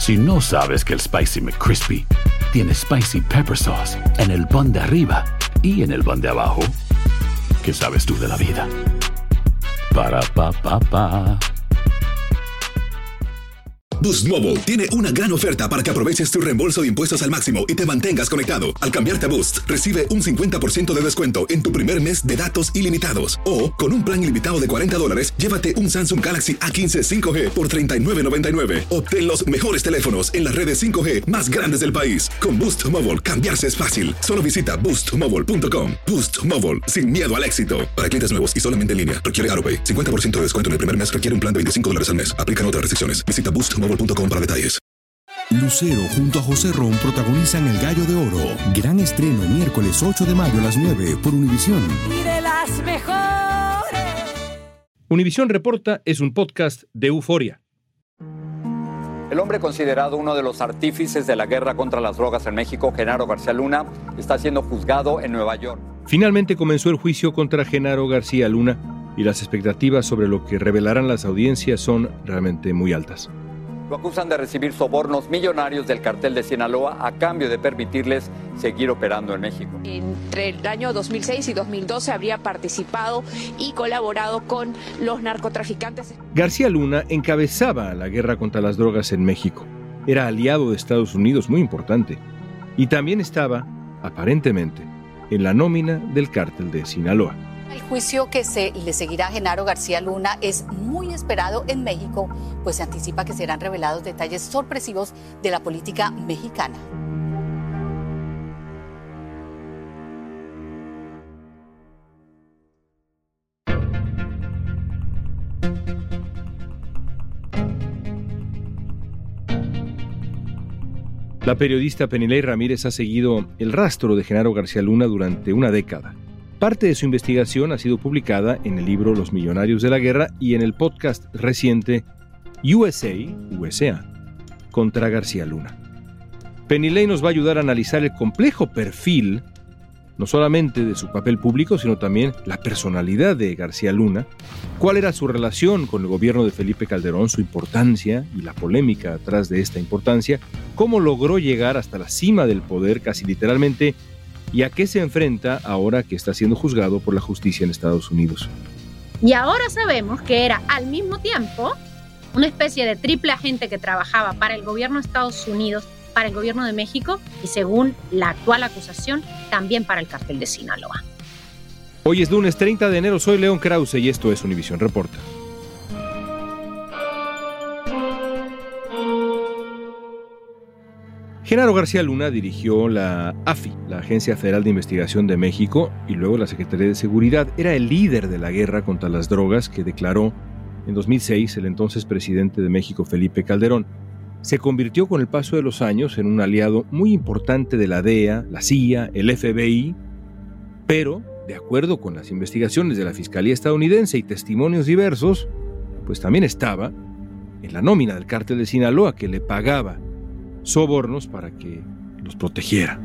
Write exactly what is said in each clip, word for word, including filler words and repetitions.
Si no sabes que el Spicy McCrispy tiene Spicy Pepper Sauce en el pan de arriba y en el pan de abajo, ¿qué sabes tú de la vida? Para, pa, pa, pa. Boost Mobile tiene una gran oferta para que aproveches tu reembolso de impuestos al máximo y te mantengas conectado. Al cambiarte a Boost, recibe un cincuenta por ciento de descuento en tu primer mes de datos ilimitados. O, con un plan ilimitado de cuarenta dólares, llévate un Samsung Galaxy A quince cinco G por treinta y nueve noventa y nueve. Obtén los mejores teléfonos en las redes cinco G más grandes del país. Con Boost Mobile, cambiarse es fácil. Solo visita boost mobile punto com. Boost Mobile, sin miedo al éxito. Para clientes nuevos y solamente en línea, requiere AutoPay. cincuenta por ciento de descuento en el primer mes requiere un plan de veinticinco dólares al mes. Aplican otras restricciones. Visita boost mobile punto com para detalles. Lucero junto a José Ron protagonizan El Gallo de Oro. Gran estreno miércoles ocho de mayo a las nueve por Univisión. Y de las mejores. Univisión Reporta es un podcast de Euforia. El hombre considerado uno de los artífices de la guerra contra las drogas en México, Genaro García Luna, está siendo juzgado en Nueva York. Finalmente comenzó el juicio contra Genaro García Luna y las expectativas sobre lo que revelarán las audiencias son realmente muy altas. Lo acusan de recibir sobornos millonarios del cartel de Sinaloa a cambio de permitirles seguir operando en México. Entre el año dos mil seis y dos mil doce habría participado y colaborado con los narcotraficantes. García Luna encabezaba la guerra contra las drogas en México. Era aliado de Estados Unidos muy importante. Y también estaba, aparentemente, en la nómina del cártel de Sinaloa. El juicio que se le seguirá a Genaro García Luna es muy esperado en México, pues se anticipa que serán revelados detalles sorpresivos de la política mexicana. La periodista Penilei Ramírez ha seguido el rastro de Genaro García Luna durante una década. Parte de su investigación ha sido publicada en el libro Los Millonarios de la Guerra y en el podcast reciente U S A, U S A, contra García Luna. Penilei nos va a ayudar a analizar el complejo perfil, no solamente de su papel público, sino también la personalidad de García Luna, cuál era su relación con el gobierno de Felipe Calderón, su importancia y la polémica atrás de esta importancia, cómo logró llegar hasta la cima del poder casi literalmente, y a qué se enfrenta ahora que está siendo juzgado por la justicia en Estados Unidos. Y ahora sabemos que era al mismo tiempo una especie de triple agente que trabajaba para el gobierno de Estados Unidos, para el gobierno de México y, según la actual acusación, también para el cártel de Sinaloa. Hoy es lunes treinta de enero, soy León Krause y esto es Univisión Reporta. Genaro García Luna dirigió la A F I, la Agencia Federal de Investigación de México, y luego la Secretaría de Seguridad. Era el líder de la guerra contra las drogas que declaró en dos mil seis el entonces presidente de México, Felipe Calderón. Se convirtió con el paso de los años en un aliado muy importante de la D E A, la C I A, el F B I, pero, de acuerdo con las investigaciones de la Fiscalía estadounidense y testimonios diversos, pues también estaba en la nómina del cártel de Sinaloa, que le pagaba sobornos para que los protegiera.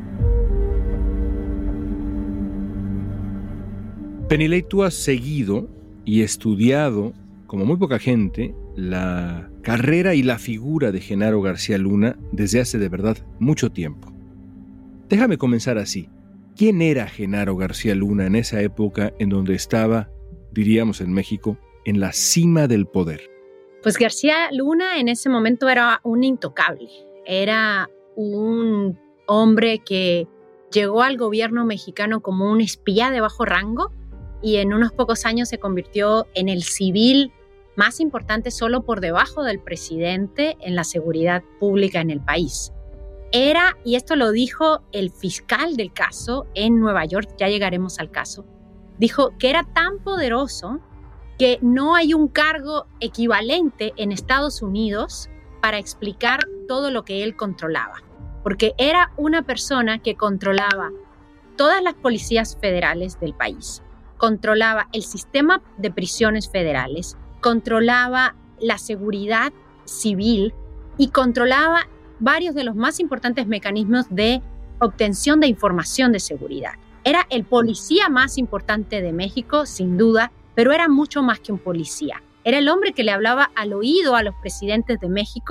Penilei, tú has seguido y estudiado, como muy poca gente, la carrera y la figura de Genaro García Luna desde hace de verdad mucho tiempo. Déjame comenzar así. ¿Quién era Genaro García Luna en esa época en donde estaba, diríamos en México, en la cima del poder? Pues García Luna en ese momento era un intocable. Era un hombre que llegó al gobierno mexicano como un espía de bajo rango y en unos pocos años se convirtió en el civil más importante, solo por debajo del presidente, en la seguridad pública en el país. Era, y esto lo dijo el fiscal del caso en Nueva York, ya llegaremos al caso, dijo que era tan poderoso que no hay un cargo equivalente en Estados Unidos para explicar todo lo que él controlaba, porque era una persona que controlaba todas las policías federales del país, controlaba el sistema de prisiones federales, controlaba la seguridad civil y controlaba varios de los más importantes mecanismos de obtención de información de seguridad. Era el policía más importante de México, sin duda, pero era mucho más que un policía. Era el hombre que le hablaba al oído a los presidentes de México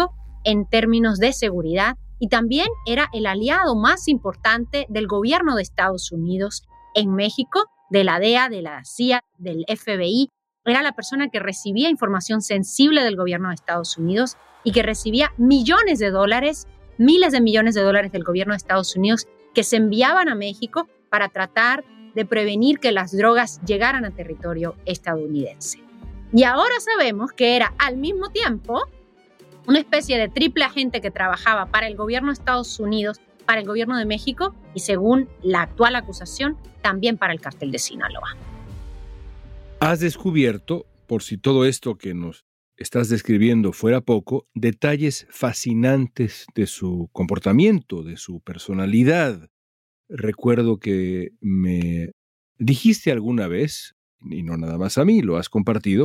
en términos de seguridad y también era el aliado más importante del gobierno de Estados Unidos en México, de la D E A, de la C I A, del F B I. Era la persona que recibía información sensible del gobierno de Estados Unidos y que recibía millones de dólares, miles de millones de dólares del gobierno de Estados Unidos que se enviaban a México para tratar de prevenir que las drogas llegaran a territorio estadounidense. Y ahora sabemos que era al mismo tiempo una especie de triple agente que trabajaba para el gobierno de Estados Unidos, para el gobierno de México y, según la actual acusación, también para el cártel de Sinaloa. Has descubierto, por si todo esto que nos estás describiendo fuera poco, detalles fascinantes de su comportamiento, de su personalidad. Recuerdo que me dijiste alguna vez, y no nada más a mí, lo has compartido,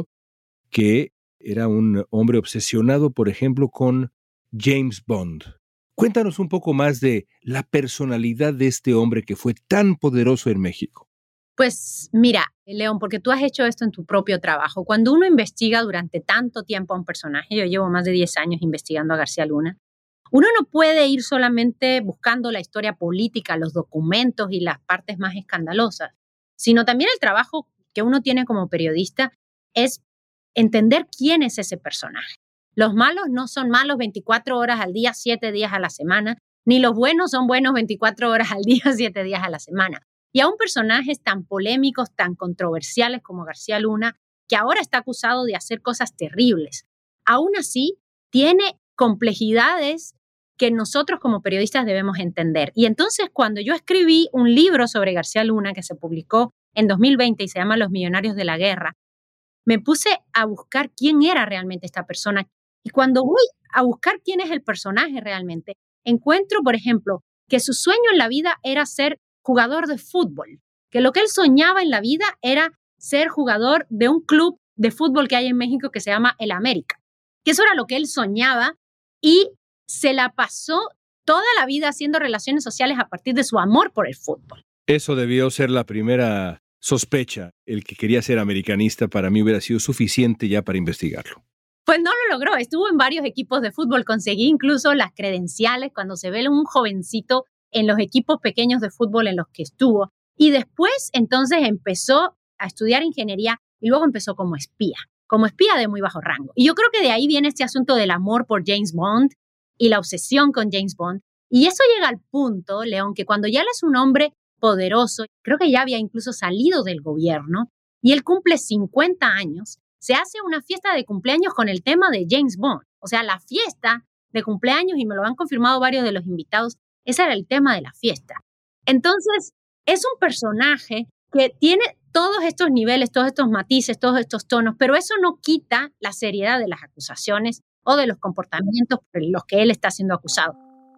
que era un hombre obsesionado, por ejemplo, con James Bond. Cuéntanos un poco más de la personalidad de este hombre que fue tan poderoso en México. Pues mira, León, porque tú has hecho esto en tu propio trabajo. Cuando uno investiga durante tanto tiempo a un personaje, yo llevo más de diez años investigando a García Luna, uno no puede ir solamente buscando la historia política, los documentos y las partes más escandalosas, sino también el trabajo que uno tiene como periodista es entender quién es ese personaje. Los malos no son malos veinticuatro horas al día, siete días a la semana, ni los buenos son buenos veinticuatro horas al día, siete días a la semana. Y aún personajes tan polémicos, tan controversiales como García Luna, que ahora está acusado de hacer cosas terribles, aún así tiene complejidades que nosotros como periodistas debemos entender. Y entonces cuando yo escribí un libro sobre García Luna que se publicó en dos mil veinte y se llama Los Millonarios de la Guerra, me puse a buscar quién era realmente esta persona. Y cuando voy a buscar quién es el personaje realmente, encuentro, por ejemplo, que su sueño en la vida era ser jugador de fútbol, que lo que él soñaba en la vida era ser jugador de un club de fútbol que hay en México que se llama el América, que eso era lo que él soñaba y se la pasó toda la vida haciendo relaciones sociales a partir de su amor por el fútbol. Eso debió ser la primera sospecha. El que quería ser americanista para mí hubiera sido suficiente ya para investigarlo. Pues no lo logró, estuvo en varios equipos de fútbol, conseguí incluso las credenciales cuando se ve un jovencito en los equipos pequeños de fútbol en los que estuvo. Y después entonces empezó a estudiar ingeniería y luego empezó como espía, como espía de muy bajo rango. Y yo creo que de ahí viene este asunto del amor por James Bond y la obsesión con James Bond. Y eso llega al punto, León, que cuando ya él es un hombre poderoso, creo que ya había incluso salido del gobierno, y él cumple cincuenta años, se hace una fiesta de cumpleaños con el tema de James Bond. O sea, la fiesta de cumpleaños, y me lo han confirmado varios de los invitados, ese era el tema de la fiesta. Entonces, es un personaje que tiene todos estos niveles, todos estos matices, todos estos tonos, pero eso no quita la seriedad de las acusaciones o de los comportamientos por los que él está siendo acusado.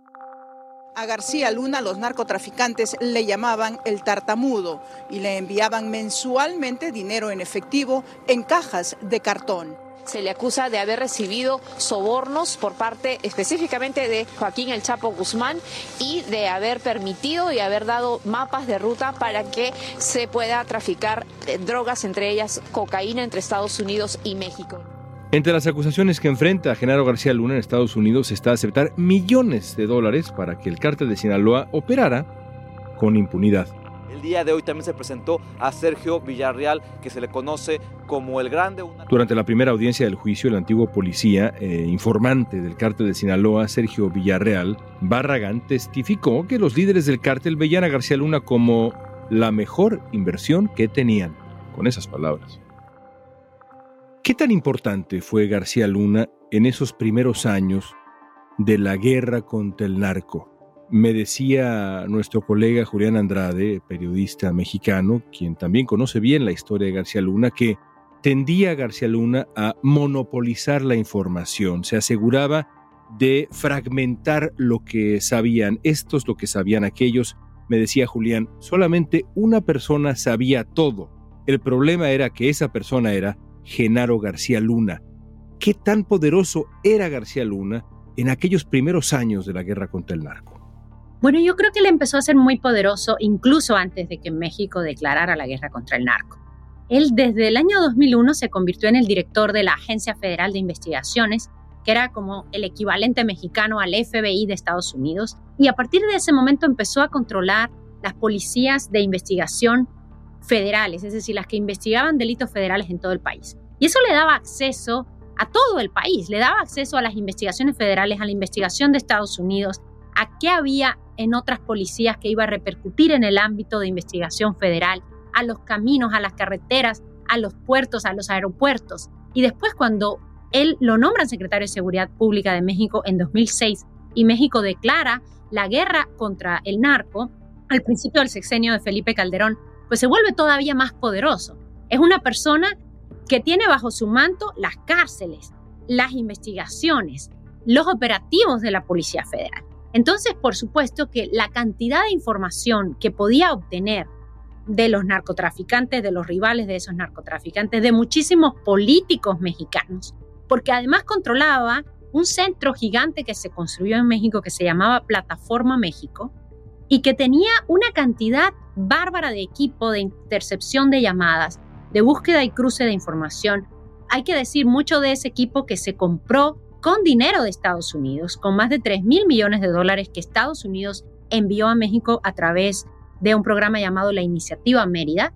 A García Luna los narcotraficantes le llamaban el tartamudo y le enviaban mensualmente dinero en efectivo en cajas de cartón. Se le acusa de haber recibido sobornos por parte específicamente de Joaquín El Chapo Guzmán y de haber permitido y haber dado mapas de ruta para que se pueda traficar drogas, entre ellas cocaína, entre Estados Unidos y México. Entre las acusaciones que enfrenta a Genaro García Luna en Estados Unidos está aceptar millones de dólares para que el cártel de Sinaloa operara con impunidad. El día de hoy también se presentó a Sergio Villarreal, que se le conoce como el Grande. Durante la primera audiencia del juicio, el antiguo policía eh, informante del cártel de Sinaloa, Sergio Villarreal Barragán, testificó que los líderes del cártel veían a García Luna como la mejor inversión que tenían, con esas palabras. ¿Qué tan importante fue García Luna en esos primeros años de la guerra contra el narco? Me decía nuestro colega Julián Andrade, periodista mexicano, quien también conoce bien la historia de García Luna, que tendía a García Luna a monopolizar la información. Se aseguraba de fragmentar lo que sabían estos, lo que sabían aquellos. Me decía Julián, solamente una persona sabía todo. El problema era que esa persona era Genaro García Luna. ¿Qué tan poderoso era García Luna en aquellos primeros años de la guerra contra el narco? Bueno, yo creo que él empezó a ser muy poderoso incluso antes de que México declarara la guerra contra el narco. Él desde el año dos mil uno se convirtió en el director de la Agencia Federal de Investigaciones, que que era como el equivalente mexicano al F B I de Estados Unidos. Y a partir de ese momento empezó a controlar las policías de investigación federales, es decir, las que investigaban delitos federales en todo el país. Y eso le daba acceso a todo el país, le daba acceso a las investigaciones federales, a la investigación de Estados Unidos, a qué había en otras policías que iba a repercutir en el ámbito de investigación federal, a los caminos, a las carreteras, a los puertos, a los aeropuertos. Y después, cuando él lo nombra secretario de Seguridad Pública de México en dos mil seis y México declara la guerra contra el narco, al principio del sexenio de Felipe Calderón, pues se vuelve todavía más poderoso. Es una persona que tiene bajo su manto las cárceles, las investigaciones, los operativos de la Policía Federal. Entonces, por supuesto que la cantidad de información que podía obtener de los narcotraficantes, de los rivales de esos narcotraficantes, de muchísimos políticos mexicanos, porque además controlaba un centro gigante que se construyó en México que se llamaba Plataforma México y que tenía una cantidad bárbara de equipo de intercepción de llamadas, de búsqueda y cruce de información. Hay que decir mucho de ese equipo que se compró con dinero de Estados Unidos, con más de tres mil millones de dólares que Estados Unidos envió a México a través de un programa llamado la Iniciativa Mérida.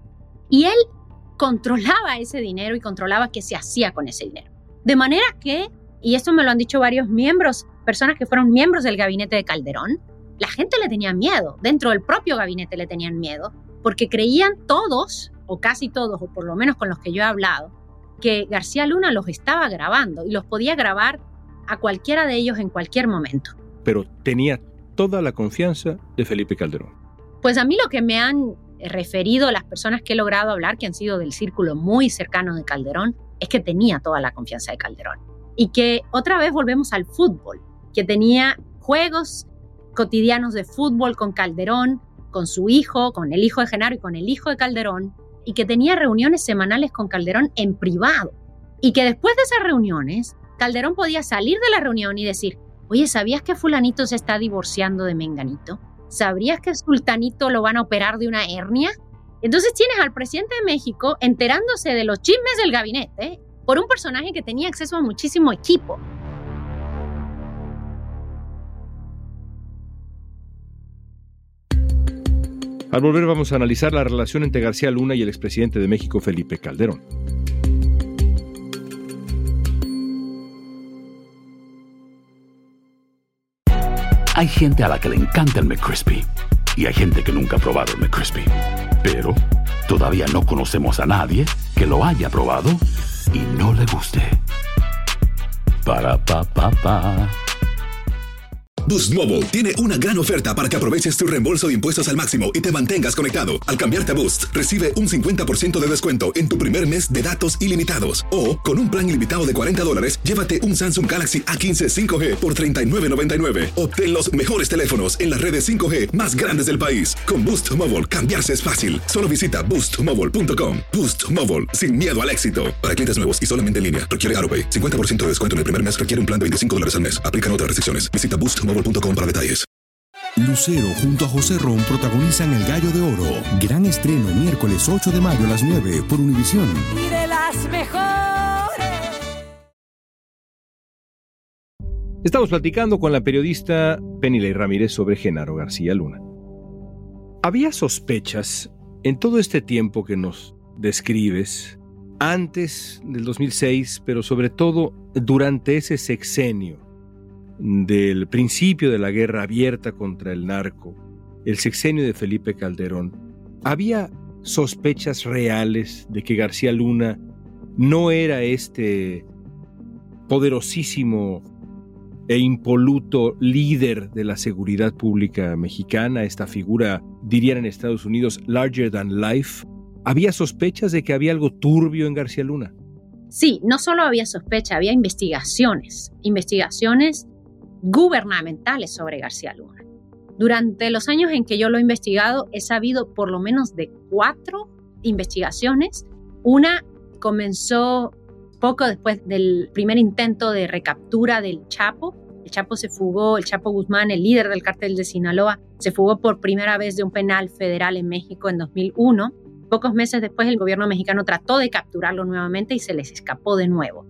Y él controlaba ese dinero y controlaba qué se hacía con ese dinero. De manera que, y esto me lo han dicho varios miembros, personas que fueron miembros del gabinete de Calderón, la gente le tenía miedo, dentro del propio gabinete le tenían miedo, porque creían todos, o casi todos, o por lo menos con los que yo he hablado, que García Luna los estaba grabando y los podía grabar a cualquiera de ellos en cualquier momento. Pero tenía toda la confianza de Felipe Calderón. Pues a mí lo que me han referido las personas que he logrado hablar, que han sido del círculo muy cercano de Calderón, es que tenía toda la confianza de Calderón. Y que otra vez volvemos al fútbol, que tenía juegos cotidianos de fútbol con Calderón, con su hijo, con el hijo de Genaro y con el hijo de Calderón, y que tenía reuniones semanales con Calderón en privado. Y que después de esas reuniones, Calderón podía salir de la reunión y decir, oye, ¿sabías que fulanito se está divorciando de menganito? ¿Sabrías que sultanito lo van a operar de una hernia? Entonces tienes al presidente de México enterándose de los chismes del gabinete por un personaje que tenía acceso a muchísimo equipo. Al volver vamos a analizar la relación entre García Luna y el expresidente de México, Felipe Calderón. Hay gente a la que le encanta el McCrispy y hay gente que nunca ha probado el McCrispy. Pero todavía no conocemos a nadie que lo haya probado y no le guste. Para pa pa pa. Boost Mobile tiene una gran oferta para que aproveches tu reembolso de impuestos al máximo y te mantengas conectado. Al cambiarte a Boost, recibe un cincuenta por ciento de descuento en tu primer mes de datos ilimitados. O, con un plan ilimitado de cuarenta dólares, llévate un Samsung Galaxy A quince cinco G por treinta y nueve noventa y nueve. Obtén los mejores teléfonos en las redes cinco G más grandes del país. Con Boost Mobile, cambiarse es fácil. Solo visita boost mobile punto com. Boost Mobile, sin miedo al éxito. Para clientes nuevos y solamente en línea, requiere AutoPay. cincuenta por ciento de descuento en el primer mes requiere un plan de veinticinco dólares al mes. Aplican otras restricciones. Visita boost mobile punto com para detalles. Lucero junto a José Ron protagonizan El Gallo de Oro. Gran estreno miércoles ocho de mayo a las nueve por Univisión. Y de las mejores. Estamos platicando con la periodista Penilei Ramírez sobre Genaro García Luna. ¿Había sospechas en todo este tiempo que nos describes, antes del dos mil seis, pero sobre todo durante ese sexenio del principio de la guerra abierta contra el narco, el sexenio de Felipe Calderón? ¿Había sospechas reales de que García Luna no era este poderosísimo e impoluto líder de la seguridad pública mexicana, esta figura, dirían en Estados Unidos, larger than life? ¿Había sospechas de que había algo turbio en García Luna? Sí, no solo había sospecha, había investigaciones, investigaciones gubernamentales sobre García Luna. Durante los años en que yo lo he investigado, he sabido por lo menos de cuatro investigaciones. Una comenzó poco después del primer intento de recaptura del Chapo. El Chapo se fugó, el Chapo Guzmán, el líder del cártel de Sinaloa, se fugó por primera vez de un penal federal en México en dos mil uno. Pocos meses después, el gobierno mexicano trató de capturarlo nuevamente y se les escapó de nuevo.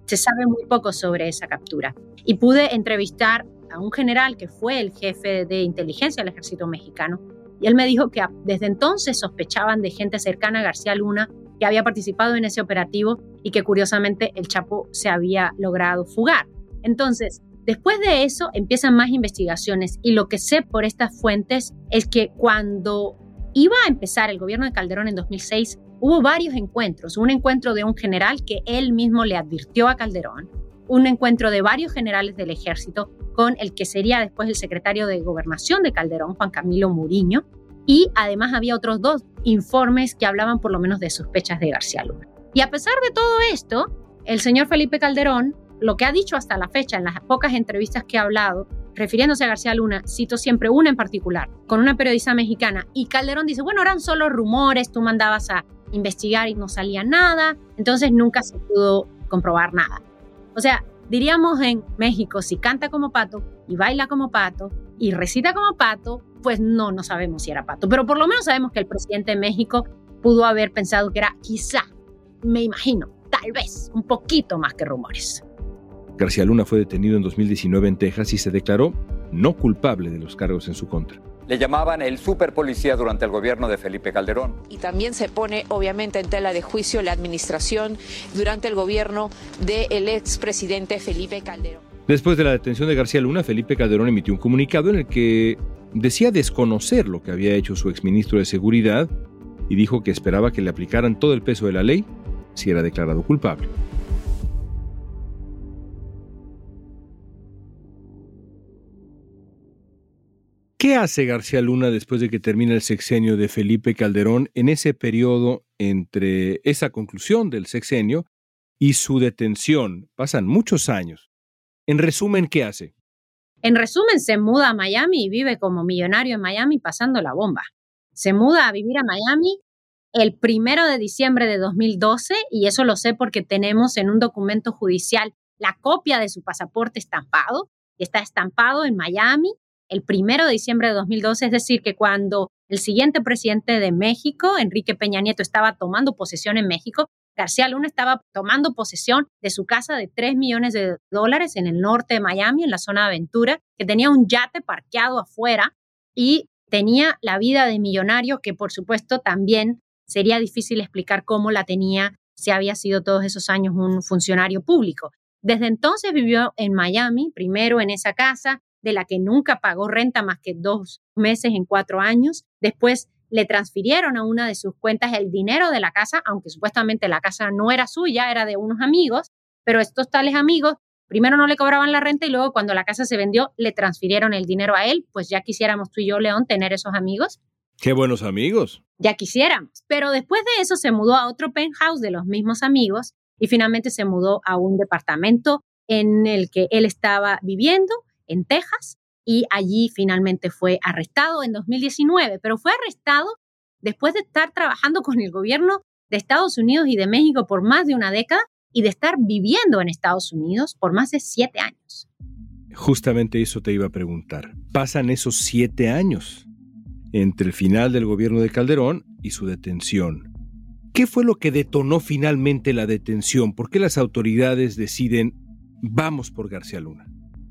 se sabe muy poco sobre esa captura. Y pude entrevistar a un general que fue el jefe de inteligencia del ejército mexicano, y él me dijo que desde entonces sospechaban de gente cercana a García Luna que había participado en ese operativo y que curiosamente el Chapo se había logrado fugar. Entonces, después de eso empiezan más investigaciones, y lo que sé por estas fuentes es que cuando iba a empezar el gobierno de Calderón en dos mil seis, hubo varios encuentros. Un encuentro de un general que él mismo le advirtió a Calderón, un encuentro de varios generales del ejército con el que sería después el secretario de Gobernación de Calderón, Juan Camilo Muriño, y además había otros dos informes que hablaban por lo menos de sospechas de García Luna. Y a pesar de todo esto, el señor Felipe Calderón, lo que ha dicho hasta la fecha en las pocas entrevistas que ha hablado, refiriéndose a García Luna, cito siempre una en particular, con una periodista mexicana, y Calderón dice, bueno, eran solo rumores, tú mandabas a investigar y no salía nada, entonces nunca se pudo comprobar nada. O sea, diríamos en México, si canta como pato y baila como pato y recita como pato, pues no, no sabemos si era pato. Pero por lo menos sabemos que el presidente de México pudo haber pensado que era quizá, me imagino, tal vez, un poquito más que rumores. García Luna fue detenido en dos mil diecinueve en Texas y se declaró no culpable de los cargos en su contra. Le llamaban el superpolicía durante el gobierno de Felipe Calderón. Y también se pone obviamente en tela de juicio la administración durante el gobierno del expresidente Felipe Calderón. Después de la detención de García Luna, Felipe Calderón emitió un comunicado en el que decía desconocer lo que había hecho su exministro de Seguridad y dijo que esperaba que le aplicaran todo el peso de la ley si era declarado culpable. ¿Qué hace García Luna después de que termina el sexenio de Felipe Calderón en ese periodo entre esa conclusión del sexenio y su detención? Pasan muchos años. En resumen, ¿qué hace? En resumen, se muda a Miami y vive como millonario en Miami pasando la bomba. Se muda a vivir a Miami el primero de diciembre de dos mil doce, y eso lo sé porque tenemos en un documento judicial la copia de su pasaporte estampado, y está estampado en Miami el primero de diciembre de dos mil doce, es decir, que cuando el siguiente presidente de México, Enrique Peña Nieto, estaba tomando posesión en México, García Luna estaba tomando posesión de su casa de tres millones de dólares en el norte de Miami, en la zona de Aventura, que tenía un yate parqueado afuera y tenía la vida de millonario que, por supuesto, también sería difícil explicar cómo la tenía si había sido todos esos años un funcionario público. Desde entonces vivió en Miami, primero en esa casa, de la que nunca pagó renta más que dos meses en cuatro años. Después le transfirieron a una de sus cuentas el dinero de la casa, aunque supuestamente la casa no era suya, era de unos amigos, pero estos tales amigos primero no le cobraban la renta y luego cuando la casa se vendió le transfirieron el dinero a él. Pues ya quisiéramos tú y yo, León, tener esos amigos. ¡Qué buenos amigos! Ya quisiéramos. Pero después de eso se mudó a otro penthouse de los mismos amigos y finalmente se mudó a un departamento en el que él estaba viviendo en Texas, y allí finalmente fue arrestado en dos mil diecinueve, pero fue arrestado después de estar trabajando con el gobierno de Estados Unidos y de México por más de una década y de estar viviendo en Estados Unidos por más de siete años. Justamente eso te iba a preguntar. Pasan esos siete años entre el final del gobierno de Calderón y su detención. ¿Qué fue lo que detonó finalmente la detención? ¿Por qué las autoridades deciden vamos por García Luna?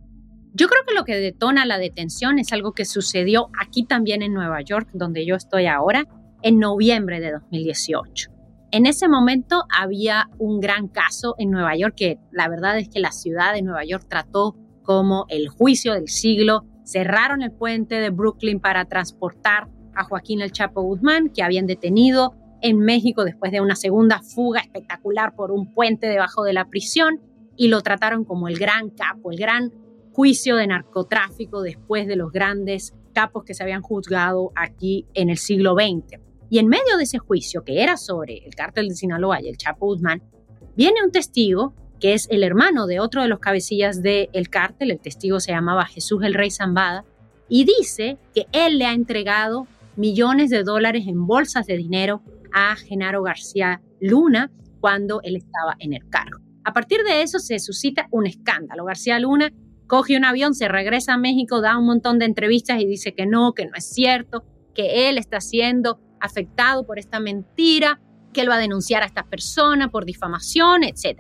Yo creo que lo que detona la detención es algo que sucedió aquí también en Nueva York, donde yo estoy ahora, en noviembre de dos mil dieciocho. En ese momento había un gran caso en Nueva York que la verdad es que la ciudad de Nueva York trató como el juicio del siglo. Cerraron el puente de Brooklyn para transportar a Joaquín El Chapo Guzmán, que habían detenido en México después de una segunda fuga espectacular por un puente debajo de la prisión, y lo trataron como el gran capo, el gran juicio de narcotráfico después de los grandes capos que se habían juzgado aquí en el siglo veinte. Y en medio de ese juicio, que era sobre el cártel de Sinaloa y el Chapo Guzmán, viene un testigo que es el hermano de otro de los cabecillas del cártel. El testigo se llamaba Jesús el Rey Zambada, y dice que él le ha entregado millones de dólares en bolsas de dinero a Genaro García Luna cuando él estaba en el cargo. A partir de eso se suscita un escándalo. García Luna coge un avión, se regresa a México, da un montón de entrevistas y dice que no, que no es cierto, que él está siendo afectado por esta mentira, que él va a denunciar a esta persona por difamación, etcétera.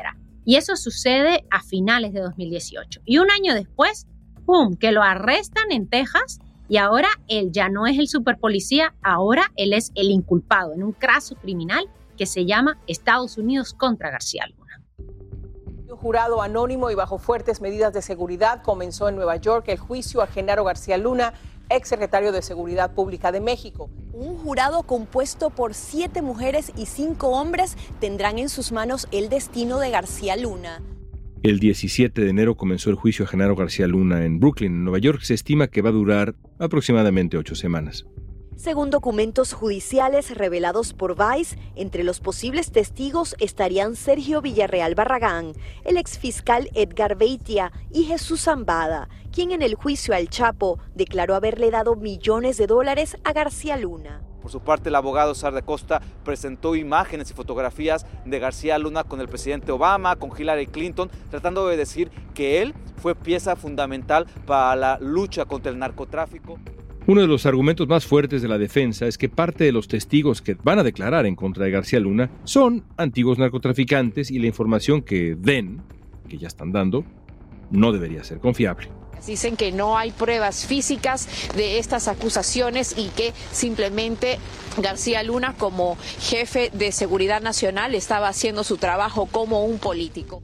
Y eso sucede a finales de dos mil dieciocho. Y un año después, ¡pum!, que lo arrestan en Texas y ahora él ya no es el superpolicía, ahora él es el inculpado en un caso criminal que se llama Estados Unidos contra García Luna. Un jurado anónimo y bajo fuertes medidas de seguridad comenzó en Nueva York el juicio a Genaro García Luna, exsecretario de Seguridad Pública de México. Un jurado compuesto por siete mujeres y cinco hombres tendrán en sus manos el destino de García Luna. El diecisiete de enero comenzó el juicio a Genaro García Luna en Brooklyn, en Nueva York. Se estima que va a durar aproximadamente ocho semanas. Según documentos judiciales revelados por Vice, entre los posibles testigos estarían Sergio Villarreal Barragán, el exfiscal Edgar Beitia y Jesús Zambada, quien en el juicio al Chapo declaró haberle dado millones de dólares a García Luna. Por su parte, el abogado Sar de Costa presentó imágenes y fotografías de García Luna con el presidente Obama, con Hillary Clinton, tratando de decir que él fue pieza fundamental para la lucha contra el narcotráfico. Uno de los argumentos más fuertes de la defensa es que parte de los testigos que van a declarar en contra de García Luna son antiguos narcotraficantes y la información que den, que ya están dando, no debería ser confiable. Dicen que no hay pruebas físicas de estas acusaciones y que simplemente García Luna, como jefe de Seguridad Nacional, estaba haciendo su trabajo como un político.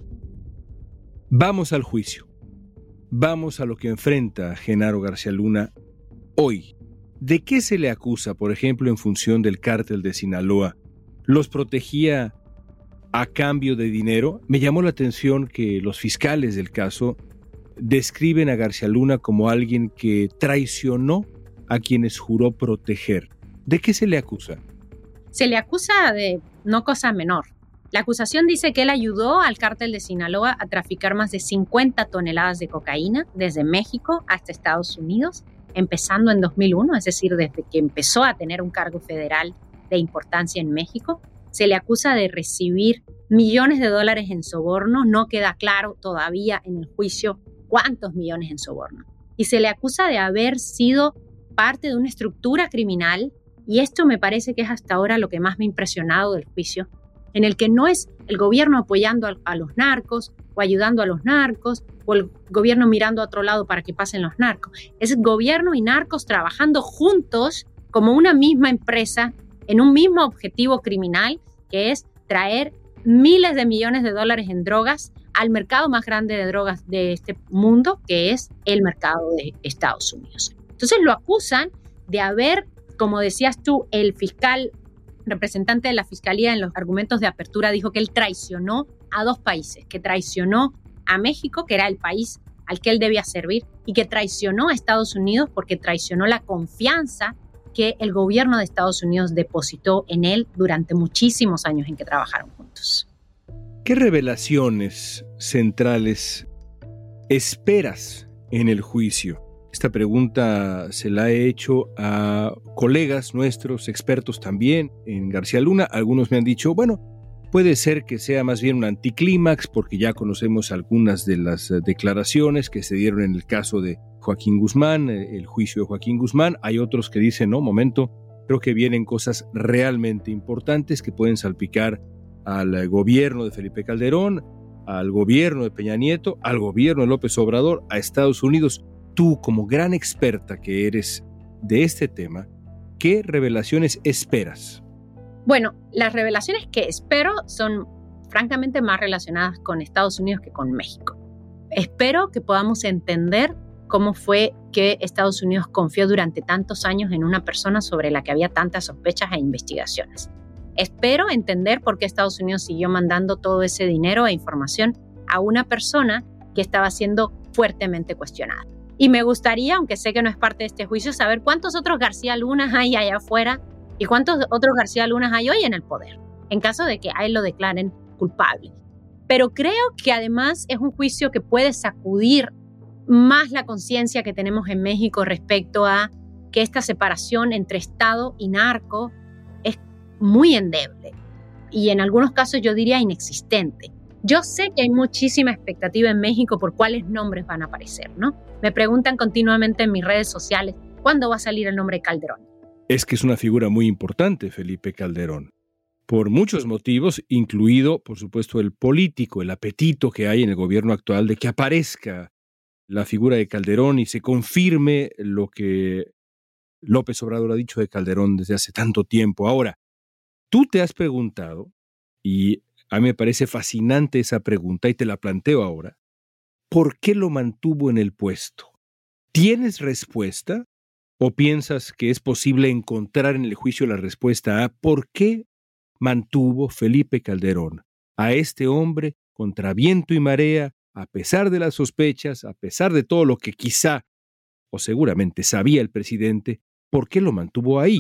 Vamos al juicio. Vamos a lo que enfrenta Genaro García Luna hoy. ¿De qué se le acusa, por ejemplo, en función del cártel de Sinaloa? ¿Los protegía a cambio de dinero? Me llamó la atención que los fiscales del caso describen a García Luna como alguien que traicionó a quienes juró proteger. ¿De qué se le acusa? Se le acusa de no cosa menor. La acusación dice que él ayudó al cártel de Sinaloa a traficar más de cincuenta toneladas de cocaína desde México hasta Estados Unidos, empezando en dos mil uno, es decir, desde que empezó a tener un cargo federal de importancia en México. Se le acusa de recibir millones de dólares en soborno. No queda claro todavía en el juicio cuántos millones en soborno. Y se le acusa de haber sido parte de una estructura criminal, y esto me parece que es hasta ahora lo que más me ha impresionado del juicio, en el que no es el gobierno apoyando a, a los narcos o ayudando a los narcos o el gobierno mirando a otro lado para que pasen los narcos. Es gobierno y narcos trabajando juntos como una misma empresa en un mismo objetivo criminal, que es traer miles de millones de dólares en drogas al mercado más grande de drogas de este mundo, que es el mercado de Estados Unidos. Entonces lo acusan de haber, como decías tú, el fiscal representante de la fiscalía en los argumentos de apertura dijo que él traicionó a dos países, que traicionó a México, que era el país al que él debía servir, y que traicionó a Estados Unidos porque traicionó la confianza que el gobierno de Estados Unidos depositó en él durante muchísimos años en que trabajaron juntos. ¿Qué revelaciones centrales esperas en el juicio? Esta pregunta se la he hecho a colegas nuestros, expertos también en García Luna. Algunos me han dicho, bueno, puede ser que sea más bien un anticlímax porque ya conocemos algunas de las declaraciones que se dieron en el caso de Joaquín Guzmán, el juicio de Joaquín Guzmán. Hay otros que dicen, no, momento, creo que vienen cosas realmente importantes que pueden salpicar al gobierno de Felipe Calderón, al gobierno de Peña Nieto, al gobierno de López Obrador, a Estados Unidos. Tú, como gran experta que eres de este tema, ¿qué revelaciones esperas? Bueno, las revelaciones que espero son francamente más relacionadas con Estados Unidos que con México. Espero que podamos entender cómo fue que Estados Unidos confió durante tantos años en una persona sobre la que había tantas sospechas e investigaciones. Espero entender por qué Estados Unidos siguió mandando todo ese dinero e información a una persona que estaba siendo fuertemente cuestionada. Y me gustaría, aunque sé que no es parte de este juicio, saber cuántos otros García Lunas hay allá afuera y cuántos otros García Lunas hay hoy en el poder, en caso de que a él lo declaren culpable. Pero creo que además es un juicio que puede sacudir más la conciencia que tenemos en México respecto a que esta separación entre Estado y narco es muy endeble y en algunos casos yo diría inexistente. Yo sé que hay muchísima expectativa en México por cuáles nombres van a aparecer, ¿no? Me preguntan continuamente en mis redes sociales, ¿cuándo va a salir el nombre de Calderón? Es que es una figura muy importante, Felipe Calderón, por muchos motivos, incluido, por supuesto, el político, el apetito que hay en el gobierno actual de que aparezca la figura de Calderón y se confirme lo que López Obrador ha dicho de Calderón desde hace tanto tiempo. Ahora, tú te has preguntado, y a mí me parece fascinante esa pregunta y te la planteo ahora, ¿por qué lo mantuvo en el puesto? ¿Tienes respuesta? ¿O piensas que es posible encontrar en el juicio la respuesta a por qué mantuvo Felipe Calderón a este hombre contra viento y marea, a pesar de las sospechas, a pesar de todo lo que quizá o seguramente sabía el presidente? ¿Por qué lo mantuvo ahí?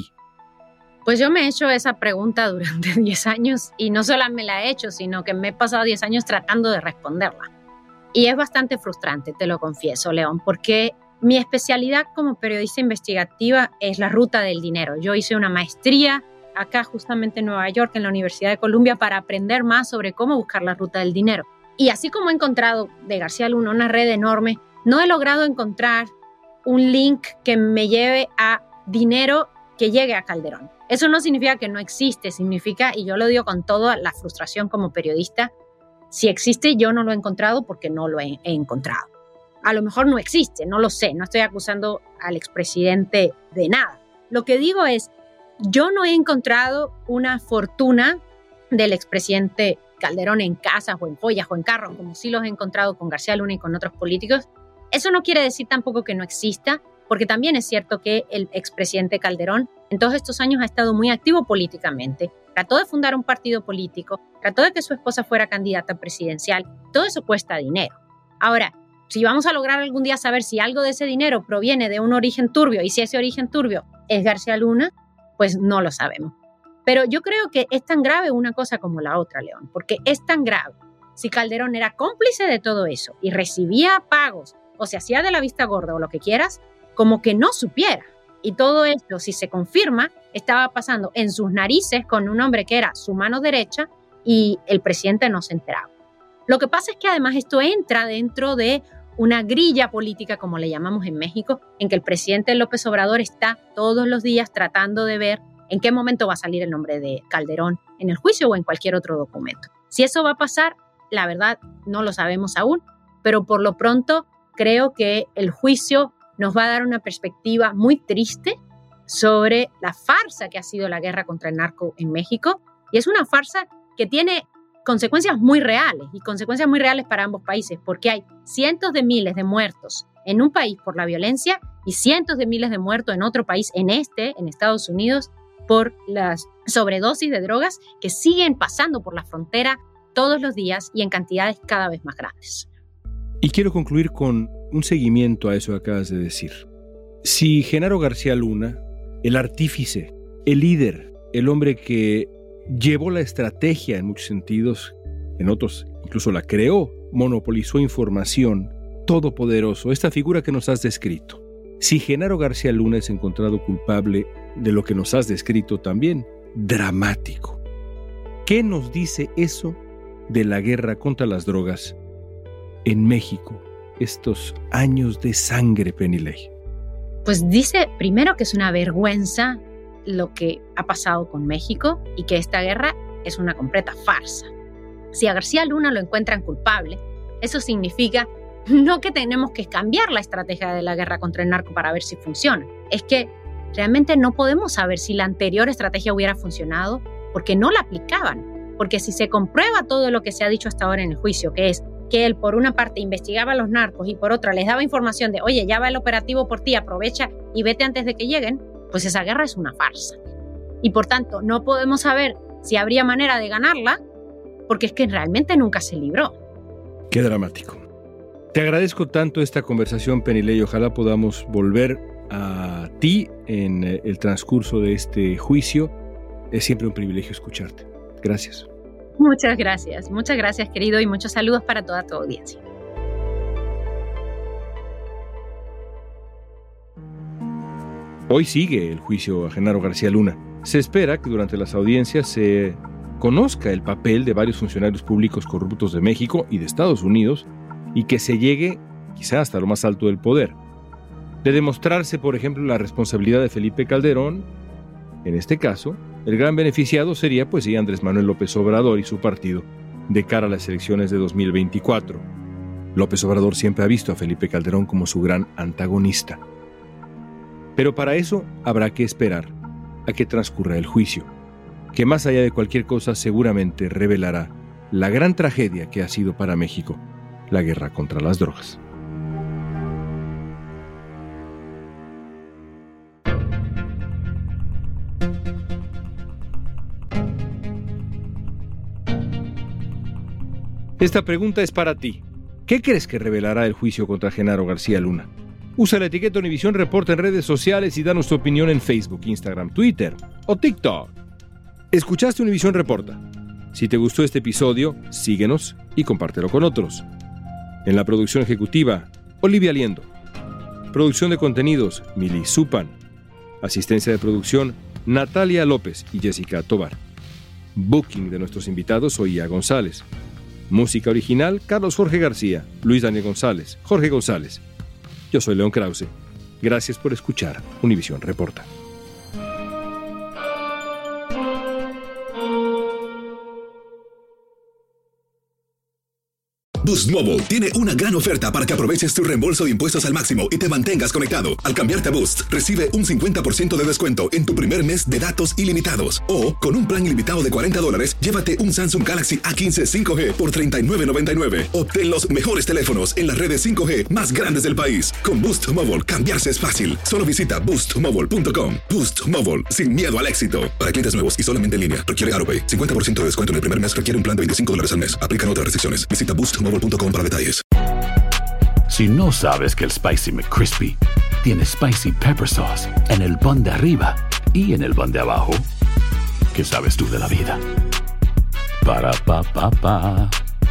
Pues yo me he hecho esa pregunta durante diez años y no solo me la he hecho, sino que me he pasado diez años tratando de responderla. Y es bastante frustrante, te lo confieso, León, porque mi especialidad como periodista investigativa es la ruta del dinero. Yo hice una maestría acá justamente en Nueva York, en la Universidad de Columbia, para aprender más sobre cómo buscar la ruta del dinero. Y así como he encontrado de García Luna una red enorme, no he logrado encontrar un link que me lleve a dinero que llegue a Calderón. Eso no significa que no existe, significa, y yo lo digo con toda la frustración como periodista, si existe yo no lo he encontrado porque no lo he, he encontrado. A lo mejor no existe, no lo sé, no estoy acusando al expresidente de nada. Lo que digo es, yo no he encontrado una fortuna del expresidente Calderón en casas o en joyas o en carros, como sí los he encontrado con García Luna y con otros políticos. Eso no quiere decir tampoco que no exista, porque también es cierto que el expresidente Calderón en todos estos años ha estado muy activo políticamente. Trató de fundar un partido político, trató de que su esposa fuera candidata presidencial. Todo eso cuesta dinero. Ahora, si vamos a lograr algún día saber si algo de ese dinero proviene de un origen turbio y si ese origen turbio es García Luna, pues no lo sabemos. Pero yo creo que es tan grave una cosa como la otra, León, porque es tan grave. Si Calderón era cómplice de todo eso y recibía pagos o se hacía de la vista gorda o lo que quieras, como que no supiera. Y todo esto, si se confirma, estaba pasando en sus narices con un hombre que era su mano derecha y el presidente no se enteraba. Lo que pasa es que además esto entra dentro de una grilla política, como le llamamos en México, en que el presidente López Obrador está todos los días tratando de ver en qué momento va a salir el nombre de Calderón en el juicio o en cualquier otro documento. Si eso va a pasar, la verdad no lo sabemos aún, pero por lo pronto creo que el juicio nos va a dar una perspectiva muy triste sobre la farsa que ha sido la guerra contra el narco en México. Y es una farsa que tiene consecuencias muy reales y consecuencias muy reales para ambos países, porque hay cientos de miles de muertos en un país por la violencia y cientos de miles de muertos en otro país, en este, en Estados Unidos, por las sobredosis de drogas que siguen pasando por la frontera todos los días y en cantidades cada vez más grandes. Y quiero concluir con un seguimiento a eso que acabas de decir. Si Genaro García Luna, el artífice, el líder, el hombre que llevó la estrategia en muchos sentidos, en otros incluso la creó, monopolizó información, todopoderoso, esta figura que nos has descrito. Si Genaro García Luna es encontrado culpable de lo que nos has descrito también, dramático. ¿Qué nos dice eso de la guerra contra las drogas en México, estos años de sangre, Penilei? Pues dice primero que es una vergüenza lo que ha pasado con México y que esta guerra es una completa farsa. Si a García Luna lo encuentran culpable, eso significa no que tenemos que cambiar la estrategia de la guerra contra el narco para ver si funciona. Es que realmente no podemos saber si la anterior estrategia hubiera funcionado porque no la aplicaban. Porque si se comprueba todo lo que se ha dicho hasta ahora en el juicio, que es que él por una parte investigaba a los narcos y por otra les daba información de, oye, ya va el operativo por ti, aprovecha y vete antes de que lleguen, pues esa guerra es una farsa. Y por tanto, no podemos saber si habría manera de ganarla porque es que realmente nunca se libró. Qué dramático. Te agradezco tanto esta conversación, Penilei. Ojalá podamos volver a ti en el transcurso de este juicio. Es siempre un privilegio escucharte. Gracias. Muchas gracias. Muchas gracias, querido, y muchos saludos para toda tu audiencia. Hoy sigue el juicio a Genaro García Luna. Se espera que durante las audiencias se conozca el papel de varios funcionarios públicos corruptos de México y de Estados Unidos y que se llegue quizá hasta lo más alto del poder. De demostrarse, por ejemplo, la responsabilidad de Felipe Calderón, en este caso, El gran beneficiado sería, pues sí, Andrés Manuel López Obrador y su partido de cara a las elecciones de dos mil veinticuatro. López Obrador siempre ha visto a Felipe Calderón como su gran antagonista. Pero para eso habrá que esperar a que transcurra el juicio, que más allá de cualquier cosa seguramente revelará la gran tragedia que ha sido para México la guerra contra las drogas. Esta pregunta es para ti. ¿Qué crees que revelará el juicio contra Genaro García Luna? Usa la etiqueta Univisión Reporta en redes sociales y danos tu opinión en Facebook, Instagram, Twitter o TikTok. ¿Escuchaste Univisión Reporta? Si te gustó este episodio, síguenos y compártelo con otros. En la producción ejecutiva, Olivia Liendo. Producción de contenidos, Mili Supan. Asistencia de producción, Natalia López y Jessica Tovar. Booking de nuestros invitados, Oía González. Música original, Carlos Jorge García, Luis Daniel González, Jorge González. Yo soy León Krause. Gracias por escuchar Univisión Reporta. Boost Mobile tiene una gran oferta para que aproveches tu reembolso de impuestos al máximo y te mantengas conectado. Al cambiarte a Boost, recibe un cincuenta por ciento de descuento en tu primer mes de datos ilimitados. O, con un plan ilimitado de cuarenta dólares, llévate un Samsung Galaxy A quince cinco G por treinta y nueve noventa y nueve. Obtén los mejores teléfonos en las redes cinco G más grandes del país. Con Boost Mobile, cambiarse es fácil. Solo visita boost mobile punto com. Boost Mobile, sin miedo al éxito. Para clientes nuevos y solamente en línea, requiere AutoPay. cincuenta por ciento de descuento en el primer mes requiere un plan de veinticinco dólares al mes. Aplican otras restricciones. Visita boost mobile punto com para detalles. Si no sabes que el Spicy McCrispy tiene Spicy Pepper Sauce en el pan de arriba y en el pan de abajo, ¿qué sabes tú de la vida? Para, pa, pa, pa.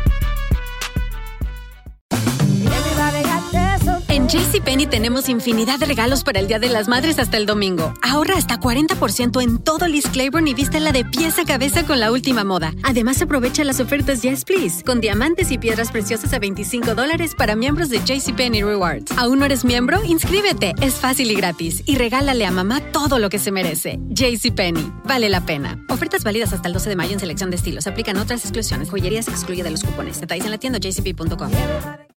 En JCPenney tenemos infinidad de regalos para el Día de las Madres hasta el domingo. Ahorra hasta cuarenta por ciento en todo Liz Claiborne y vístela de pies a cabeza con la última moda. Además, aprovecha las ofertas Yes Please, con diamantes y piedras preciosas a veinticinco dólares para miembros de JCPenney Rewards. ¿Aún no eres miembro? Inscríbete. Es fácil y gratis. Y regálale a mamá todo lo que se merece. JCPenney. Vale la pena. Ofertas válidas hasta el doce de mayo en selección de estilos. Aplican otras exclusiones. Joyería se excluye de los cupones. Detalles en la tienda j c p punto com.